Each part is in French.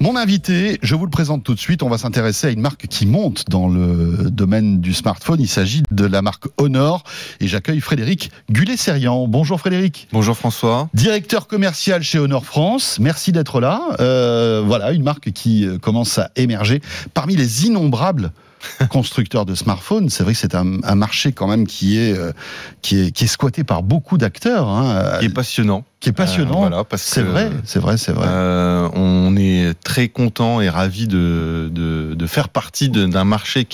Mon invité, je vous le présente tout de suite. On va s'intéresser à une marque qui monte dans le domaine du smartphone. Il s'agit de la marque Honor. Et j'accueille Frédéric Gullet-Serian. Bonjour Frédéric. Bonjour François. Directeur commercial chez Honor France. Merci d'être là. Voilà, une marque qui commence à émerger parmi les innombrables constructeurs de smartphones. C'est vrai que c'est un marché quand même qui est squatté par beaucoup d'acteurs. Qui est passionnant. Voilà, c'est vrai. On est très content et ravi de faire partie d'un marché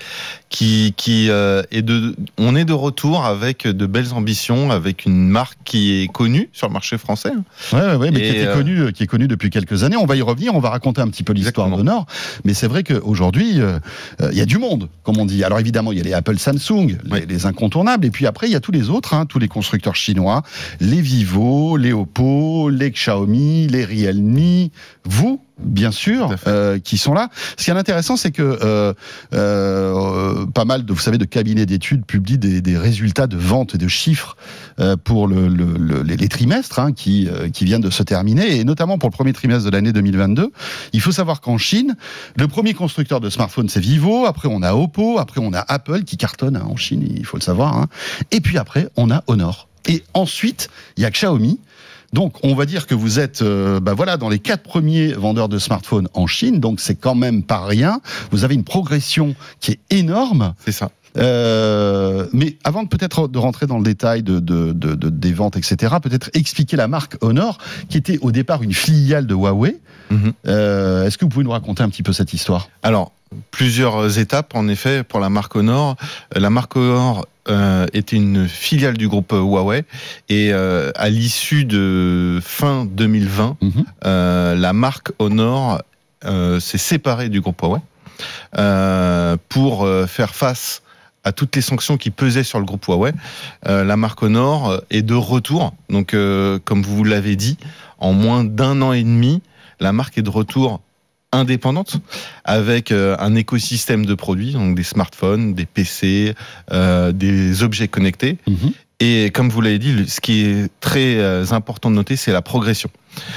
on est de retour avec de belles ambitions, avec une marque qui est connue sur le marché français. Ouais, mais qui est connue depuis quelques années. On va y revenir, on va raconter un petit peu l'histoire d'Honor. Mais c'est vrai qu'aujourd'hui, il y a du monde, comme on dit. Alors évidemment, il y a les Apple, Samsung, les incontournables. Et puis après, il y a tous les autres, tous les constructeurs chinois, les Vivo, les Oppo, les Xiaomi, les Realme, vous, bien sûr, qui sont là. Ce qui est intéressant, c'est que pas mal de cabinets d'études publient des résultats de vente et de chiffres pour les trimestres qui viennent de se terminer, et notamment pour le premier trimestre de l'année 2022. Il faut savoir qu'en Chine, le premier constructeur de smartphones, c'est Vivo. Après, on a Oppo. Après, on a Apple qui cartonne en Chine, il faut le savoir. Et puis après, on a Honor. Et ensuite, il y a Xiaomi. Donc, on va dire que vous êtes dans les 4 premiers vendeurs de smartphones en Chine. Donc, c'est quand même pas rien. Vous avez une progression qui est énorme. C'est ça. Mais avant peut-être de rentrer dans le détail des ventes, etc., peut-être expliquer la marque Honor, qui était au départ une filiale de Huawei. Est-ce que vous pouvez nous raconter un petit peu cette histoire ? Alors, plusieurs étapes, en effet, pour la marque Honor. La marque Honor était une filiale du groupe Huawei, et à l'issue de fin 2020, la marque Honor s'est séparée du groupe Huawei pour faire face à toutes les sanctions qui pesaient sur le groupe Huawei. La marque Honor est de retour. Donc, comme vous l'avez dit, en moins d'1 an et demi, la marque est de retour indépendante, avec un écosystème de produits, donc des smartphones, des PC, des objets connectés. Et comme vous l'avez dit, ce qui est très important de noter, c'est la progression.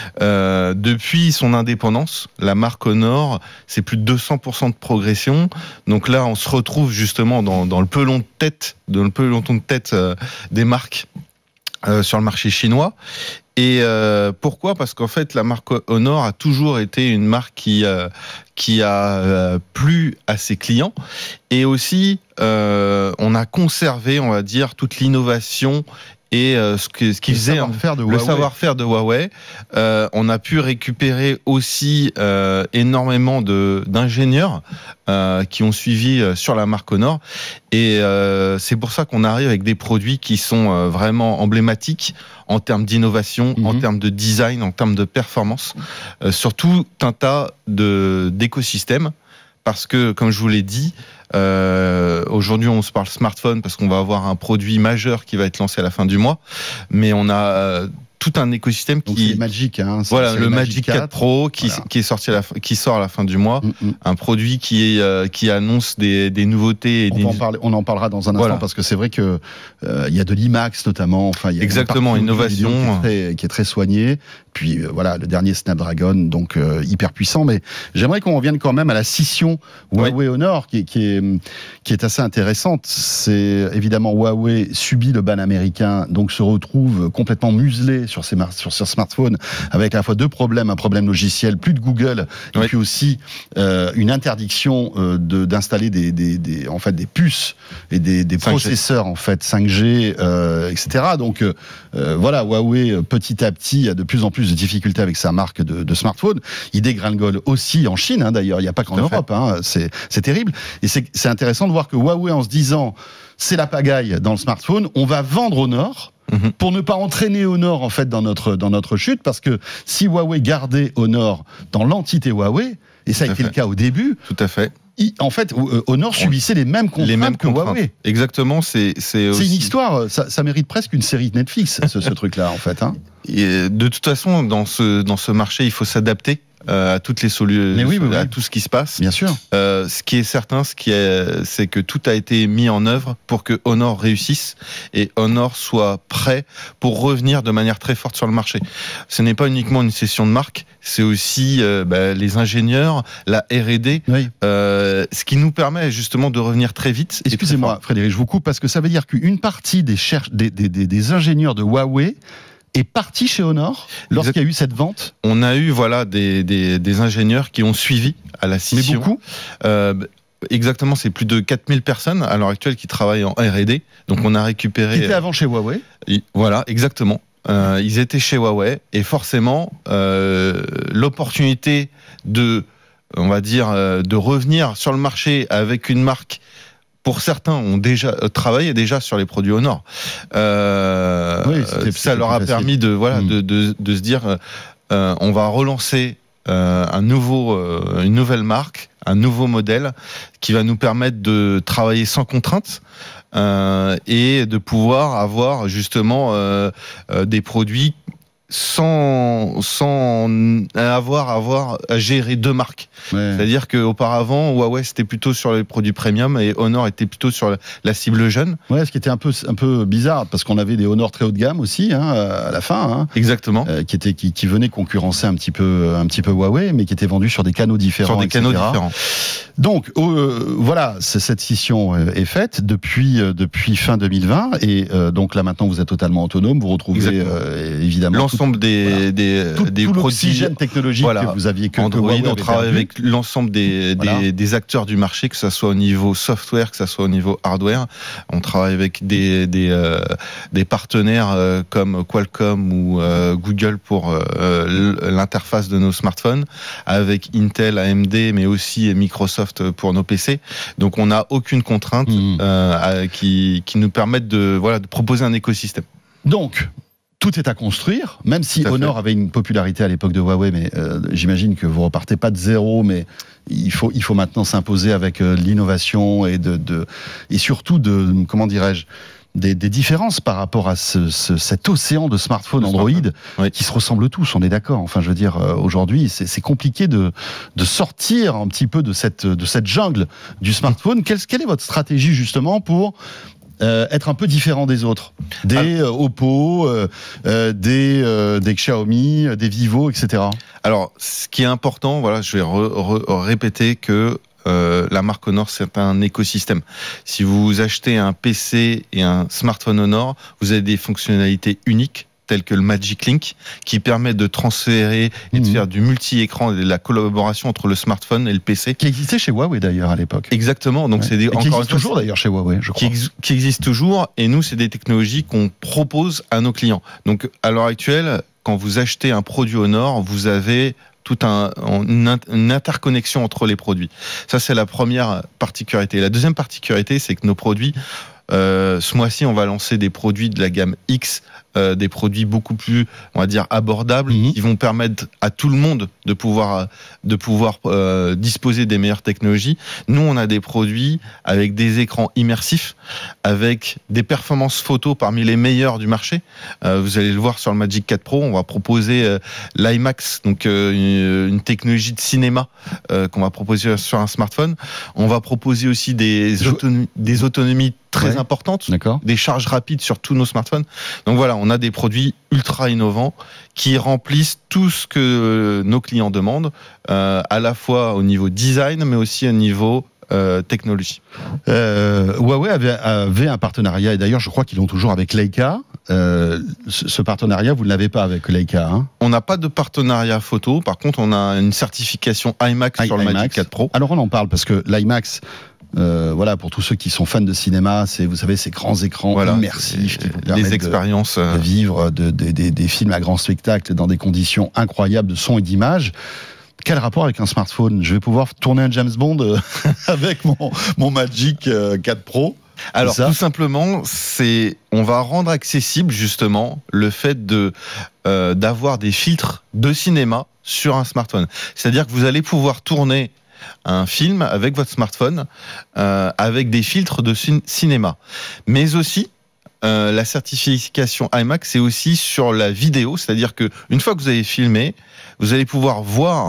Depuis son indépendance, la marque Honor, c'est plus de 200% de progression. Donc là, on se retrouve justement dans le peloton de tête des marques sur le marché chinois. Et pourquoi ? Parce qu'en fait, la marque Honor a toujours été une marque qui a plu à ses clients. Et aussi, on a conservé, on va dire, toute l'innovation et ce qui faisait le savoir-faire de Huawei. On a pu récupérer aussi énormément d'ingénieurs qui ont suivi sur la marque Honor, et c'est pour ça qu'on arrive avec des produits qui sont vraiment emblématiques en termes d'innovation, en termes de design, en termes de performance, sur tout un tas d'écosystèmes. Parce que, comme je vous l'ai dit, aujourd'hui on se parle smartphone parce qu'on va avoir un produit majeur qui va être lancé à la fin du mois, mais on a tout un écosystème qui... Donc c'est Magic, le Magic 4 Pro qui sort à la fin du mois, un produit qui annonce des nouveautés. On en parlera dans un instant, parce que c'est vrai que il y a de l'IMAX notamment. Enfin, il y a exactement, innovation qui est très soignée. Puis le dernier Snapdragon, donc hyper puissant. Mais j'aimerais qu'on revienne quand même à la scission Huawei Honor, qui est assez intéressante. C'est évidemment Huawei subit le ban américain, donc se retrouve complètement muselé sur ses smartphones, avec à la fois deux problèmes, un problème logiciel, plus de Google, et puis aussi une interdiction d'installer des puces et des processeurs 5G, etc. Donc Huawei petit à petit a de plus en plus de difficultés avec sa marque de smartphone. Il dégringole aussi en Chine, d'ailleurs, il n'y a pas qu'en Europe, c'est terrible. Et c'est intéressant de voir que Huawei, en se disant c'est la pagaille dans le smartphone, on va vendre Honor pour ne pas entraîner Honor en fait dans notre chute, parce que si Huawei gardait Honor dans l'entité Huawei, et ça a été le cas au début, tout à fait. En fait, Honor subissait les mêmes contraintes que Huawei. Exactement, c'est aussi... une histoire, ça mérite presque une série de Netflix, ce truc-là, en fait. Et de toute façon, dans ce marché, il faut s'adapter à toutes les solutions, à tout ce qui se passe. Bien sûr. Ce qui est certain, c'est que tout a été mis en œuvre pour que Honor réussisse et Honor soit prêt pour revenir de manière très forte sur le marché. Ce n'est pas uniquement une session de marque, c'est aussi les ingénieurs, la R&D, ce qui nous permet justement de revenir très vite. Excusez-moi, Frédéric, je vous coupe parce que ça veut dire qu'une partie des ingénieurs de Huawei est parti chez Honor lorsqu'il y a eu cette vente. On a eu des ingénieurs qui ont suivi à la scission. Mais beaucoup. Exactement, c'est plus de 4000 personnes à l'heure actuelle qui travaillent en R&D. Donc on a récupéré... Qui étaient avant chez Huawei. Voilà, exactement. Ils étaient chez Huawei et forcément l'opportunité de revenir sur le marché avec une marque. Pour certains, ont déjà travaillé sur les produits Honor. Ça leur a permis de se dire, on va relancer une nouvelle marque, un nouveau modèle qui va nous permettre de travailler sans contrainte et de pouvoir avoir justement des produits sans avoir à gérer deux marques. Ouais. C'est-à-dire qu'auparavant, Huawei c'était plutôt sur les produits premium et Honor était plutôt sur la cible jeune. Ouais, ce qui était un peu bizarre parce qu'on avait des Honor très haut de gamme aussi à la fin. Exactement. Qui venaient concurrencer un petit peu Huawei, mais qui étaient vendus sur des canaux différents. Sur des canaux différents. Donc voilà, cette scission est faite depuis fin 2020 et donc là maintenant vous êtes totalement autonome. Vous retrouvez évidemment l'ensemble des produits technologiques que vous aviez que Android. On travaille avec l'ensemble des acteurs du marché, que ce soit au niveau software, que ce soit au niveau hardware. On travaille avec des partenaires comme Qualcomm ou Google pour l'interface de nos smartphones, avec Intel, AMD, mais aussi Microsoft pour nos PC. Donc on n'a aucune contrainte qui nous permette de proposer un écosystème. Donc tout est à construire, même si Honor avait une popularité à l'époque de Huawei, mais j'imagine que vous repartez pas de zéro, mais il faut maintenant s'imposer avec l'innovation et surtout comment dirais-je, des différences par rapport à cet océan de smartphones Android qui se ressemblent tous, on est d'accord. Enfin, je veux dire, aujourd'hui, c'est compliqué de sortir un petit peu de cette jungle du smartphone. Quelle est votre stratégie justement pour être un peu différent des autres, des Oppo, des Xiaomi, des Vivo, etc. Alors, ce qui est important, je vais répéter que la marque Honor, c'est un écosystème. Si vous achetez un PC et un smartphone Honor, vous avez des fonctionnalités uniques, telles que le Magic Link, qui permet de transférer et de faire du multi-écran et de la collaboration entre le smartphone et le PC. Qui existait chez Huawei d'ailleurs à l'époque. Exactement. Donc qui existe toujours d'ailleurs chez Huawei, je crois. Qui existe toujours. Et nous, c'est des technologies qu'on propose à nos clients. Donc, à l'heure actuelle, quand vous achetez un produit Honor, vous avez toute une interconnexion entre les produits. Ça, c'est la première particularité. La deuxième particularité, c'est que nos produits, ce mois-ci, on va lancer des produits de la gamme X, des produits beaucoup plus, on va dire, abordables, qui vont permettre à tout le monde de pouvoir disposer des meilleures technologies. Nous, on a des produits avec des écrans immersifs, avec des performances photo parmi les meilleures du marché. Vous allez le voir sur le Magic 4 Pro, on va proposer l'IMAX, donc une technologie de cinéma qu'on va proposer sur un smartphone. On va proposer aussi des autonomies très importantes, des charges rapides sur tous nos smartphones. Donc voilà, on a des produits ultra innovants qui remplissent tout ce que nos clients demandent, à la fois au niveau design, mais aussi au niveau technologie. Huawei avait un partenariat, et d'ailleurs je crois qu'ils l'ont toujours avec Leica. Ce partenariat, vous ne l'avez pas avec Leica, hein? On n'a pas de partenariat photo, par contre on a une certification IMAX sur le Magic 4 Pro. Alors on en parle parce que l'IMAX, pour tous ceux qui sont fans de cinéma, vous savez, ces grands écrans immersifs qui vous permettent des expériences de vivre des films à grand spectacle dans des conditions incroyables de son et d'image. Quel rapport avec un smartphone? Je vais pouvoir tourner un James Bond avec mon Magic 4 Pro. Alors tout simplement, on va rendre accessible justement le fait d'avoir des filtres de cinéma sur un smartphone. C'est-à-dire que vous allez pouvoir tourner un film avec votre smartphone avec des filtres de cinéma, mais aussi la certification IMAX, c'est aussi sur la vidéo, c'est-à-dire que une fois que vous avez filmé, vous allez pouvoir voir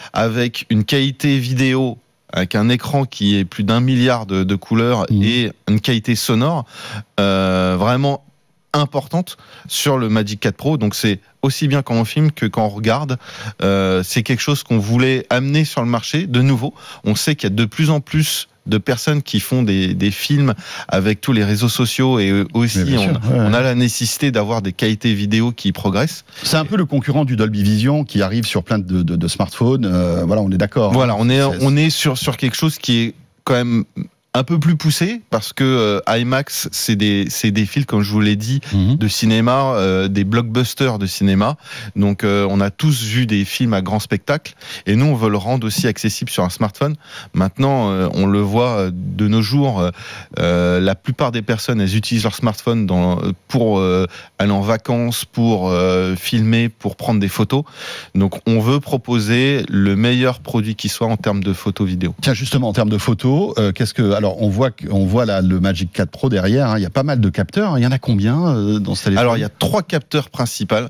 avec une qualité vidéo, avec un écran qui est plus d'1 milliard de couleurs et une qualité sonore vraiment importante sur le Magic 4 Pro. Donc c'est aussi bien quand on filme que quand on regarde. C'est quelque chose qu'on voulait amener sur le marché de nouveau. On sait qu'il y a de plus en plus de personnes qui font des films avec tous les réseaux sociaux et aussi on a la nécessité d'avoir des qualités vidéo qui progressent. C'est un peu le concurrent du Dolby Vision qui arrive sur plein de smartphones. Voilà, on est d'accord. Voilà, on est sur quelque chose qui est quand même un peu plus poussé parce que IMAX c'est des films, comme je vous l'ai dit, de cinéma, des blockbusters de cinéma. Donc on a tous vu des films à grand spectacle et nous on veut le rendre aussi accessible sur un smartphone. Maintenant on le voit de nos jours, la plupart des personnes elles utilisent leur smartphone pour aller en vacances, pour filmer, pour prendre des photos. Donc on veut proposer le meilleur produit qui soit en termes de photos vidéo. Tiens, justement en termes de photos, alors on voit là le Magic 4 Pro derrière, hein, il y a pas mal de capteurs. Il y en a combien dans ce téléphone ? Alors il y a 3 capteurs principaux.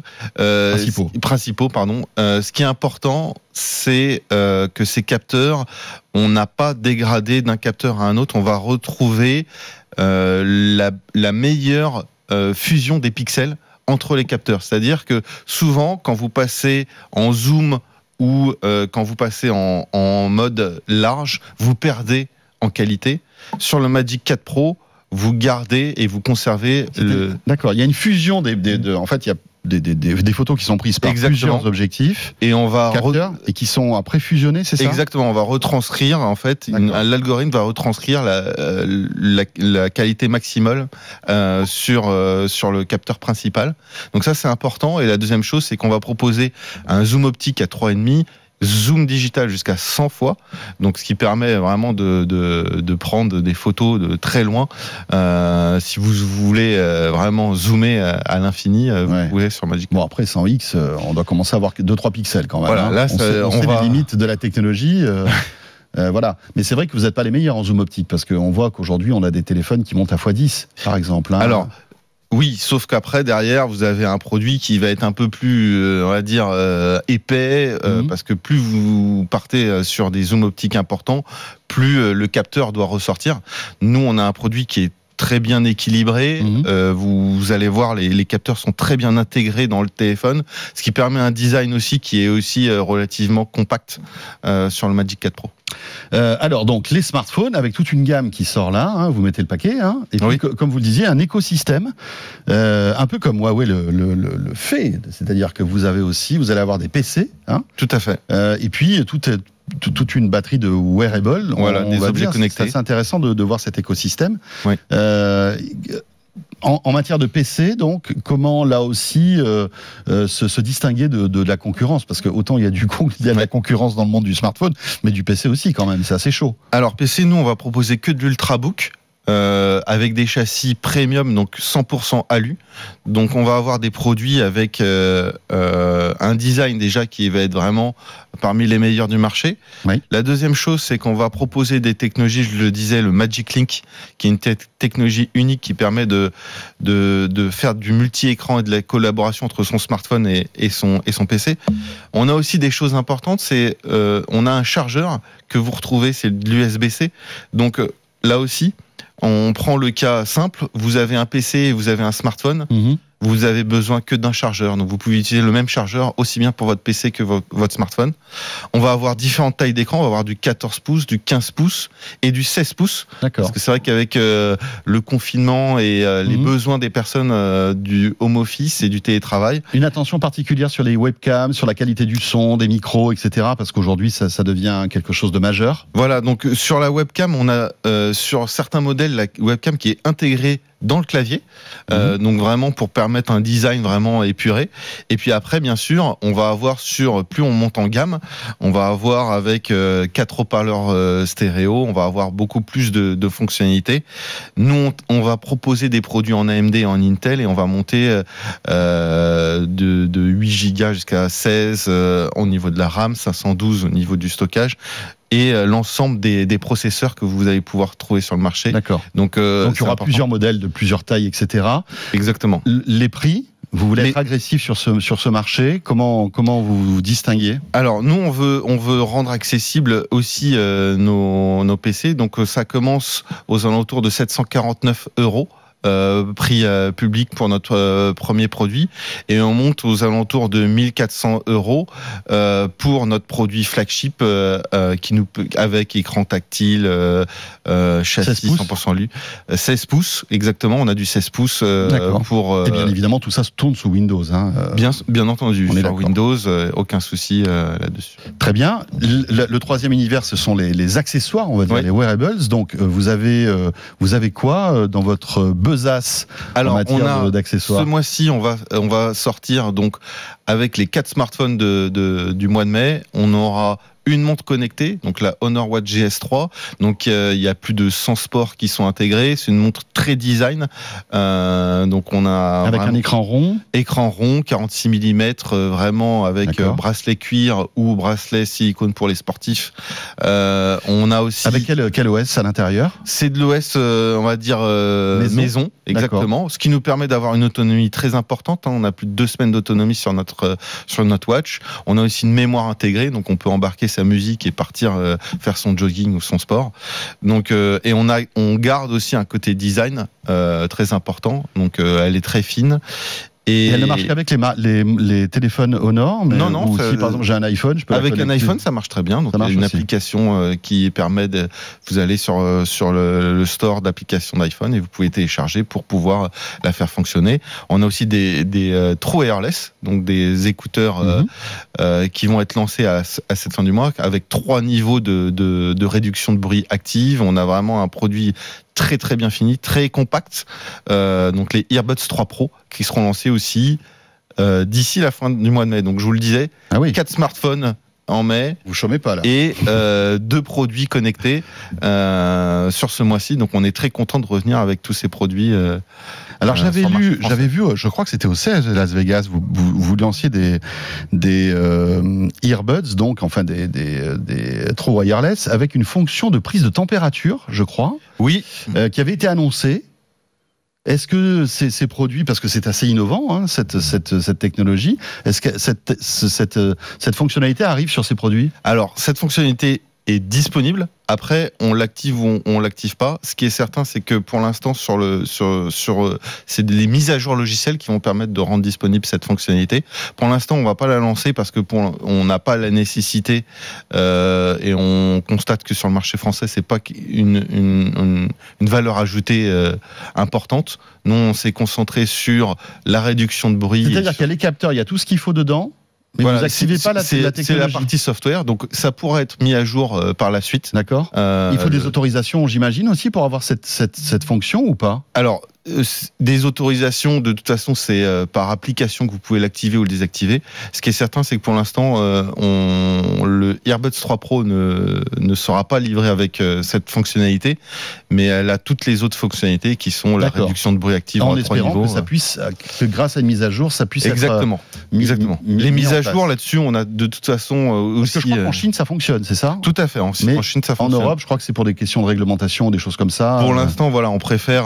Ce qui est important, c'est que ces capteurs, on n'a pas dégradé d'un capteur à un autre. On va retrouver la meilleure fusion des pixels entre les capteurs. C'est-à-dire que souvent, quand vous passez en zoom ou quand vous passez en mode large, vous perdez en qualité. Sur le Magic 4 Pro, vous gardez et vous conservez D'accord, il y a une fusion en fait, il y a des photos qui sont prises par plusieurs objectifs et on va et qui sont après fusionnés, c'est ça ? Exactement, on va retranscrire en fait, l'algorithme va retranscrire la qualité maximale sur le capteur principal. Donc ça c'est important. Et la deuxième chose, c'est qu'on va proposer un zoom optique à 3,5, zoom digital jusqu'à 100 fois, donc ce qui permet vraiment de prendre des photos de très loin. Si vous voulez vraiment zoomer à l'infini, vous pouvez sur Magic. Bon, après 100x, on doit commencer à avoir 2-3 pixels quand même. Voilà, hein. là, on sait les limites de la technologie. Voilà. Mais c'est vrai que vous n'êtes pas les meilleurs en zoom optique, parce qu'on voit qu'aujourd'hui on a des téléphones qui montent à x10 par exemple. Hein. Alors oui, sauf qu'après, derrière, vous avez un produit qui va être un peu plus, on va dire, épais, parce que plus vous partez sur des zooms optiques importants, plus le capteur doit ressortir. Nous, on a un produit qui est très bien équilibré. Vous allez voir, les capteurs sont très bien intégrés dans le téléphone, ce qui permet un design aussi qui est aussi relativement compact sur le Magic 4 Pro. Alors donc les smartphones avec toute une gamme qui sort là, hein, vous mettez le paquet, hein, et puis comme vous le disiez, un écosystème, un peu comme Huawei le fait, c'est-à-dire que vous allez avoir des PC, hein, tout à fait, et puis toute une batterie de wearables, des objets connectés. C'est assez intéressant de voir cet écosystème. Oui. En matière de PC, donc, comment là aussi se distinguer de la concurrence ? Parce que autant il y a de la concurrence dans le monde du smartphone, mais du PC aussi quand même, c'est assez chaud. Alors PC, nous on va proposer que de l'ultrabook. Avec des châssis premium, donc 100% alu. Donc on va avoir des produits avec un design déjà qui va être vraiment parmi les meilleurs du marché. Oui. La deuxième chose, c'est qu'on va proposer des technologies, je le disais, le Magic Link, qui est une technologie unique qui permet de faire du multi-écran et de la collaboration entre son smartphone et son PC. On a aussi des choses importantes, c'est on a un chargeur que vous retrouvez, c'est de l'USB-C. Donc là aussi, on prend le cas simple, vous avez un PC et vous avez un smartphone, vous avez besoin que d'un chargeur. Donc vous pouvez utiliser le même chargeur aussi bien pour votre PC que votre smartphone. On va avoir différentes tailles d'écran, on va avoir du 14 pouces, du 15 pouces et du 16 pouces. D'accord. Parce que c'est vrai qu'avec le confinement et les besoins des personnes du home office et du télétravail. Une attention particulière sur les webcams, sur la qualité du son, des micros, etc. Parce qu'aujourd'hui ça devient quelque chose de majeur. Voilà, donc sur la webcam, on a sur certains modèles la webcam qui est intégrée dans le clavier, donc vraiment pour permettre un design vraiment épuré. Et puis après, bien sûr, on va avoir plus on monte en gamme, on va avoir avec 4 haut-parleurs stéréo, on va avoir beaucoup plus de fonctionnalités. Nous, on va proposer des produits en AMD et en Intel et on va monter de 8 Go jusqu'à 16 au niveau de la RAM, 512 au niveau du stockage. Et l'ensemble des processeurs que vous allez pouvoir trouver sur le marché. D'accord. Donc il y aura plusieurs modèles de plusieurs tailles, etc. Exactement. Les prix, Vous voulez être agressif sur ce marché. Comment vous vous distinguez? Alors nous, on veut rendre accessible aussi nos PC. Donc ça commence aux alentours de 749 €. Prix public pour notre premier produit, et on monte aux alentours de 1400 € pour notre produit flagship avec écran tactile, châssis 100% lu, 16 pouces exactement. On a du 16 pouces pour. Et bien évidemment, tout ça se tourne sous Windows. Hein. Bien entendu, sur Windows, aucun souci là-dessus. Très bien. Le troisième univers, ce sont les accessoires, on va dire les wearables. Donc vous avez quoi dans votre besace en matière d'accessoires? Ce mois-ci, on va sortir donc avec les 4 smartphones du mois de mai. On aura une montre connectée, donc la Honor Watch GS3. Donc il y a plus de 100 sports qui sont intégrés. C'est une montre très design. Donc on a avec un écran rond, 46 mm, vraiment avec bracelet cuir ou bracelet silicone pour les sportifs. On a aussi avec quel OS à l'intérieur? C'est de l'OS, on va dire maison, exactement. Ce qui nous permet d'avoir une autonomie très importante. On a plus de 2 semaines d'autonomie sur notre watch. On a aussi une mémoire intégrée, donc on peut embarquer sa musique et partir faire son jogging ou son sport. Donc et on garde aussi un côté design très important. Donc elle est très fine. Et elle ne marche qu'avec les téléphones Honor, mais non, si par exemple j'ai un iPhone, je peux avec un iPhone ça marche très bien. Donc il y a une application qui permet vous allez sur le store d'applications d'iPhone et vous pouvez télécharger pour pouvoir la faire fonctionner. On a aussi des True Wireless, donc des écouteurs qui vont être lancés à cette fin du mois avec 3 niveaux de réduction de bruit active. On a vraiment un produit très très bien fini, très compact. Donc les Earbuds 3 Pro qui seront lancés aussi d'ici la fin du mois de mai. Donc je vous le disais, 4 smartphones en mai. Vous chômez pas là. Et 2 produits connectés sur ce mois-ci. Donc on est très content de revenir avec tous ces produits. Alors j'avais vu, je crois que c'était au CES de Las Vegas, vous lanciez des earbuds, donc enfin des True Wireless avec une fonction de prise de température, je crois. Oui. Qui avait été annoncée. Est-ce que ces produits, parce que c'est assez innovant, cette technologie, est-ce que cette fonctionnalité arrive sur ces produits? Alors cette fonctionnalité est disponible. Après, on l'active ou on l'active pas. Ce qui est certain, c'est que pour l'instant, c'est les mises à jour logicielles qui vont permettre de rendre disponible cette fonctionnalité. Pour l'instant, on va pas la lancer parce que on n'a pas la nécessité et on constate que sur le marché français, c'est pas une valeur ajoutée importante. Nous, on s'est concentré sur la réduction de bruit. C'est-à-dire qu'il y a les capteurs, il y a tout ce qu'il faut dedans. Mais vous n'activez pas la technologie. C'est la partie software, donc ça pourrait être mis à jour par la suite. D'accord. Il faut des autorisations, j'imagine, aussi pour avoir cette fonction ou pas? Alors, des autorisations, de toute façon, c'est par application que vous pouvez l'activer ou le désactiver. Ce qui est certain, c'est que pour l'instant, le Earbuds 3 Pro ne sera pas livré avec cette fonctionnalité, mais elle a toutes les autres fonctionnalités qui sont la réduction de bruit active en 3 niveaux. Que grâce à une mise à jour, ça puisse exactement. Les mises à jour là-dessus, on a de toute façon aussi. Parce que je crois qu'en Chine, ça fonctionne, c'est ça? Tout à fait. En Chine, ça fonctionne. En Europe, je crois que c'est pour des questions de réglementation, des choses comme ça. Pour l'instant, voilà, on préfère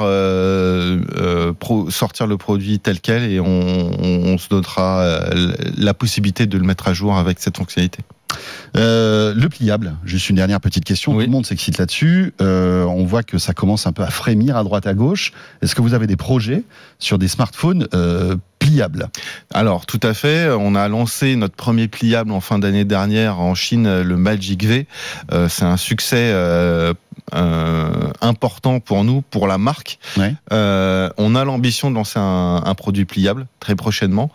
sortir le produit tel quel et on se donnera la possibilité de le mettre à jour avec cette fonctionnalité. Le pliable, juste une dernière petite question. Tout le monde s'excite là-dessus. On voit que ça commence un peu à frémir à droite à gauche. Est-ce que vous avez des projets sur des smartphones pliables? Alors tout à fait. On a lancé notre premier pliable en fin d'année dernière en Chine, le Magic V. C'est un succès important pour nous, pour la marque. On a l'ambition de lancer un produit pliable très prochainement.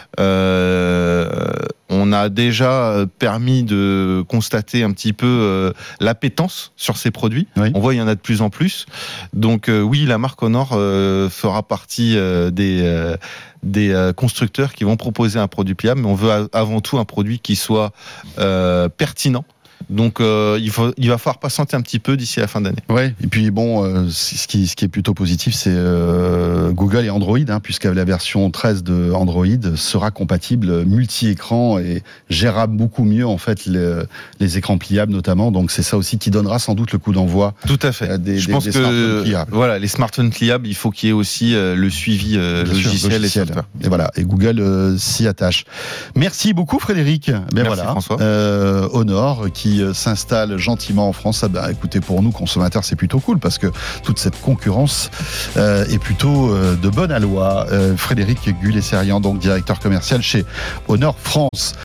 On a déjà permis de constater un petit peu l'appétence sur ces produits. On voit il y en a de plus en plus. Donc oui, la marque Honor fera partie des constructeurs qui vont proposer un produit pliable, mais on veut avant tout un produit qui soit pertinent. Donc il va falloir patienter un petit peu d'ici la fin d'année. Ouais. Et puis bon, ce qui est plutôt positif, c'est Google et Android, puisque la version 13 de Android sera compatible multi-écran et gérable beaucoup mieux en fait les écrans pliables notamment. Donc c'est ça aussi qui donnera sans doute le coup d'envoi. Tout à fait. Je pense que voilà, les smartphones pliables, il faut qu'il y ait aussi le suivi logiciel. Et voilà. Et Google s'y attache. Merci beaucoup Frédéric. Merci François. Honor qui s'installe gentiment en France. Écoutez, pour nous consommateurs, c'est plutôt cool parce que toute cette concurrence est plutôt de bonne aloi. Frédéric Gullesserian, donc directeur commercial chez Honor France.